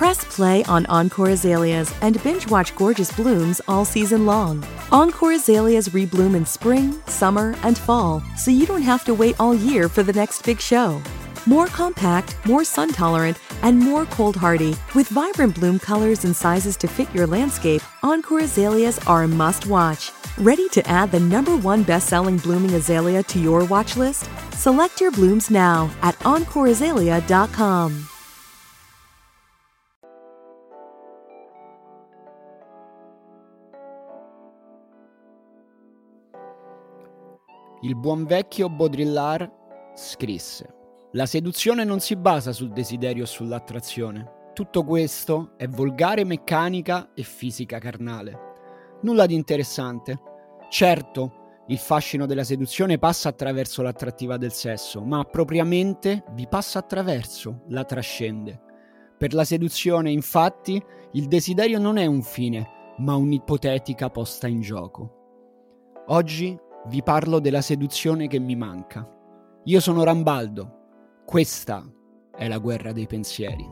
Press play on Encore Azaleas and binge watch gorgeous blooms all season long. Encore Azaleas rebloom in spring, summer, and fall, so you don't have to wait all year for the next big show. More compact, more sun-tolerant, and more cold-hardy. With vibrant bloom colors and sizes to fit your landscape, Encore Azaleas are a must-watch. Ready to add the #1 best-selling blooming azalea to your watch list? Select your blooms now at EncoreAzalea.com. Il buon vecchio Baudrillard scrisse: la seduzione non si basa sul desiderio o sull'attrazione. Tutto questo è volgare meccanica e fisica carnale. Nulla di interessante. Certo, il fascino della seduzione passa attraverso l'attrattiva del sesso, ma propriamente vi passa attraverso, la trascende. Per la seduzione, infatti, il desiderio non è un fine, ma un'ipotetica posta in gioco. Oggi vi parlo della seduzione che mi manca. Io sono Rambaldo. Questa è la guerra dei pensieri.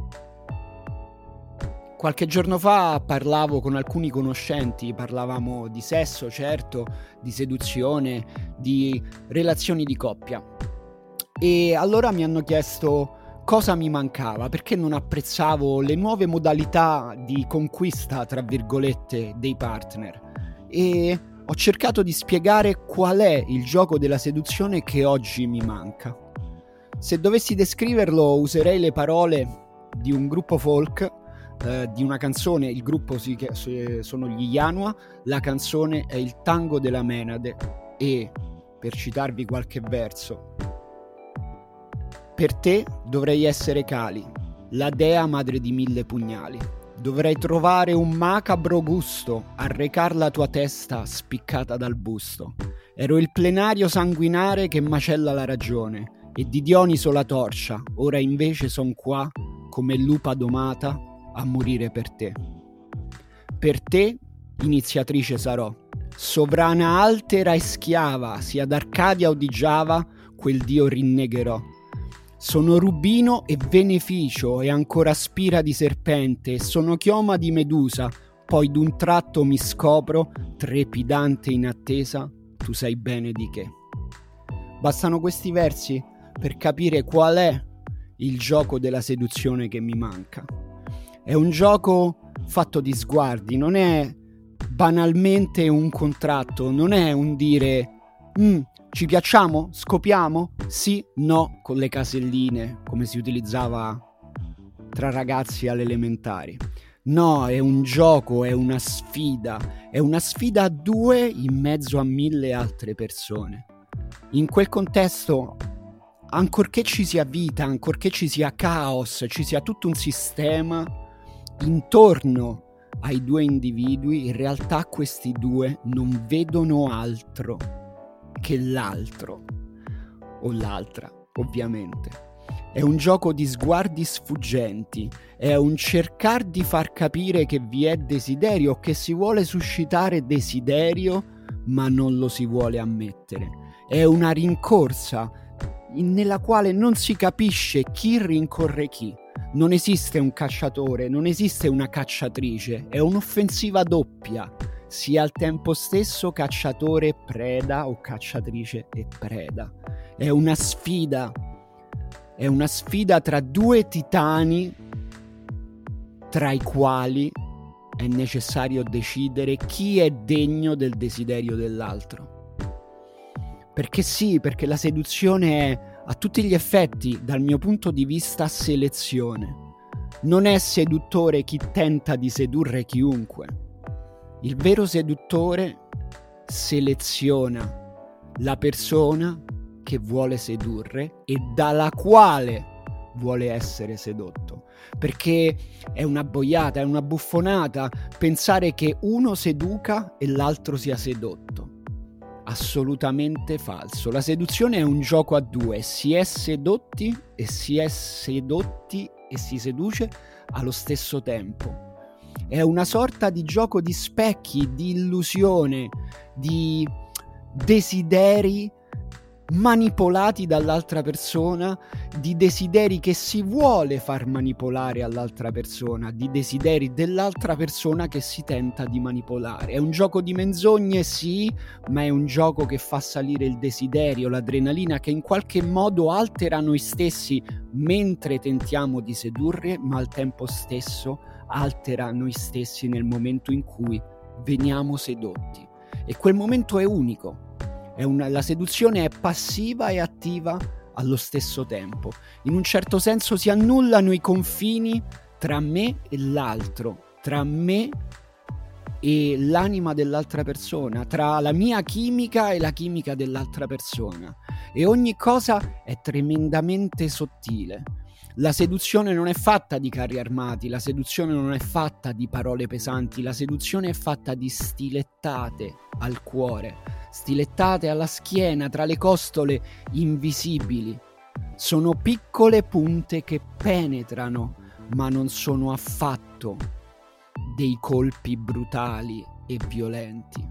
Qualche giorno fa parlavo con alcuni conoscenti, parlavamo di sesso, certo, di seduzione, di relazioni di coppia. E allora mi hanno chiesto cosa mi mancava, perché non apprezzavo le nuove modalità di conquista, tra virgolette, dei partner. E ho cercato di spiegare qual è il gioco della seduzione che oggi mi manca. Se dovessi descriverlo, userei le parole di un gruppo folk, di una canzone. Il gruppo sono gli Yanua, la canzone è il Tango della Menade e, per citarvi qualche verso: per te dovrei essere Kali, la dea madre di 1000 pugnali. Dovrei trovare un macabro gusto a recar la tua testa spiccata dal busto. Ero il plenario sanguinare che macella la ragione, e di Dioniso la torcia, ora invece son qua, come lupa domata, a morire per te. Per te, iniziatrice sarò, sovrana altera e schiava, sia d'Arcadia o di Giava, quel dio rinnegherò. Sono rubino e beneficio e ancora spira di serpente, e sono chioma di Medusa, poi d'un tratto mi scopro, trepidante in attesa, tu sai bene di che. Bastano questi versi per capire qual è il gioco della seduzione che mi manca. È un gioco fatto di sguardi, non è banalmente un contratto, non è un dire ci piacciamo? Scopiamo? Sì, no, con le caselline, come si utilizzava tra ragazzi alle elementari. No, è un gioco, è una sfida a due in mezzo a 1000 altre persone. In quel contesto, ancorché ci sia vita, ancorché ci sia caos, ci sia tutto un sistema intorno ai due individui, in realtà questi due non vedono altro che l'altro, o l'altra, ovviamente. È un gioco di sguardi sfuggenti, è un cercar di far capire che vi è desiderio, che si vuole suscitare desiderio, ma non lo si vuole ammettere. È una rincorsa nella quale non si capisce chi rincorre chi. Non esiste un cacciatore, non esiste una cacciatrice, è un'offensiva doppia. Sia al tempo stesso cacciatore e preda o cacciatrice e preda. È una sfida tra due titani tra i quali è necessario decidere chi è degno del desiderio dell'altro. Perché sì, perché la seduzione è a tutti gli effetti, dal mio punto di vista, selezione. Non è seduttore chi tenta di sedurre chiunque. Il vero seduttore seleziona la persona che vuole sedurre e dalla quale vuole essere sedotto. Perché è una boiata, è una buffonata pensare che uno seduca e l'altro sia sedotto. Assolutamente falso. La seduzione è un gioco a due, si è sedotti e si è sedotti e si seduce allo stesso tempo. È una sorta di gioco di specchi, di illusione, di desideri manipolati dall'altra persona, di desideri che si vuole far manipolare all'altra persona, di desideri dell'altra persona che si tenta di manipolare. È un gioco di menzogne, sì, ma è un gioco che fa salire il desiderio, l'adrenalina, che in qualche modo altera noi stessi mentre tentiamo di sedurre, ma al tempo stesso altera noi stessi nel momento in cui veniamo sedotti. E quel momento è unico. La seduzione è passiva e attiva allo stesso tempo. In un certo senso si annullano i confini tra me e l'altro, tra me e l'anima dell'altra persona, tra la mia chimica e la chimica dell'altra persona. E ogni cosa è tremendamente sottile. La seduzione non è fatta di carri armati, la seduzione non è fatta di parole pesanti, la seduzione è fatta di stilettate al cuore, stilettate alla schiena, tra le costole invisibili. Sono piccole punte che penetrano, ma non sono affatto dei colpi brutali e violenti.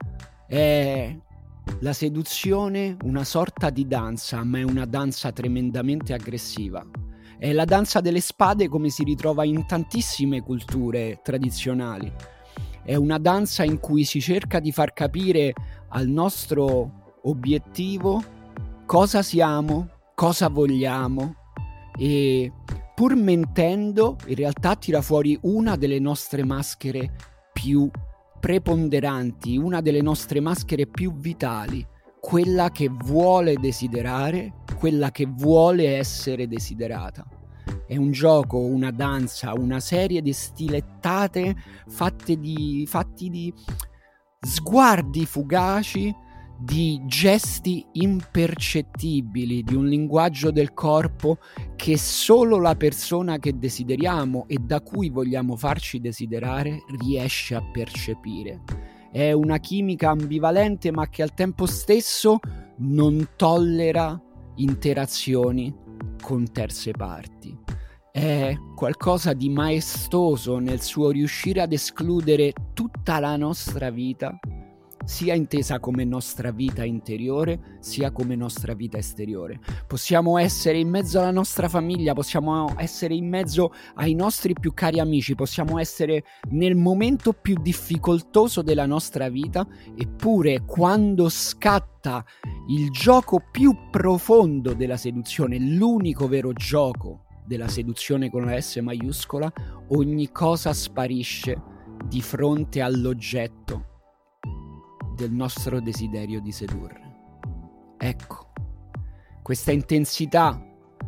È la seduzione una sorta di danza, ma è una danza tremendamente aggressiva. È la danza delle spade come si ritrova in tantissime culture tradizionali. È una danza in cui si cerca di far capire al nostro obiettivo cosa siamo, cosa vogliamo, e pur mentendo in realtà tira fuori una delle nostre maschere più preponderanti, una delle nostre maschere più vitali, quella che vuole desiderare, quella che vuole essere desiderata. È un gioco, una danza, una serie di stilettate fatti di sguardi fugaci, di gesti impercettibili, di un linguaggio del corpo che solo la persona che desideriamo e da cui vogliamo farci desiderare riesce a percepire. È una chimica ambivalente, ma che al tempo stesso non tollera interazioni con terze parti. È qualcosa di maestoso nel suo riuscire ad escludere tutta la nostra vita, sia intesa come nostra vita interiore, sia come nostra vita esteriore. Possiamo essere in mezzo alla nostra famiglia, possiamo essere in mezzo ai nostri più cari amici, possiamo essere nel momento più difficoltoso della nostra vita, eppure quando scatta il gioco più profondo della seduzione, l'unico vero gioco della seduzione con la S maiuscola, ogni cosa sparisce di fronte all'oggetto del nostro desiderio di sedurre. Ecco, questa intensità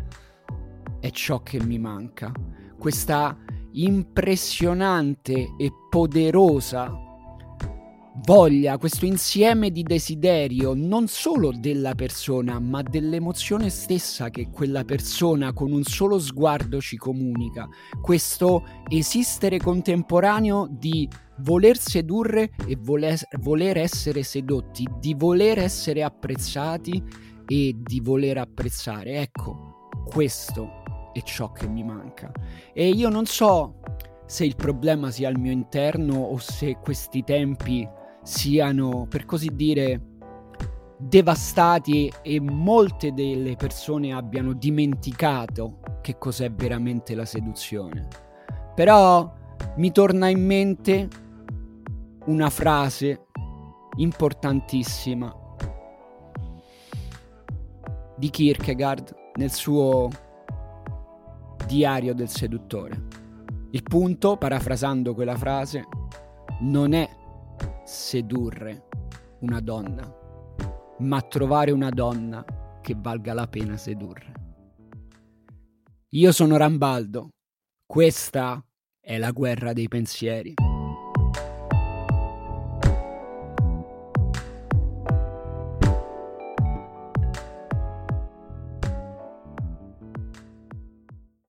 è ciò che mi manca, questa impressionante e poderosa voglia, questo insieme di desiderio non solo della persona, ma dell'emozione stessa che quella persona con un solo sguardo ci comunica, questo esistere contemporaneo di voler sedurre e voler essere sedotti, di voler essere apprezzati e di voler apprezzare. Ecco, questo è ciò che mi manca. E io non so se il problema sia al mio interno o se questi tempi siano, per così dire, devastati e molte delle persone abbiano dimenticato che cos'è veramente la seduzione. Però mi torna in mente una frase importantissima di Kierkegaard nel suo Diario del seduttore. Il punto, parafrasando quella frase, non è sedurre una donna, ma trovare una donna che valga la pena sedurre. Io sono Rambaldo, questa è la guerra dei pensieri.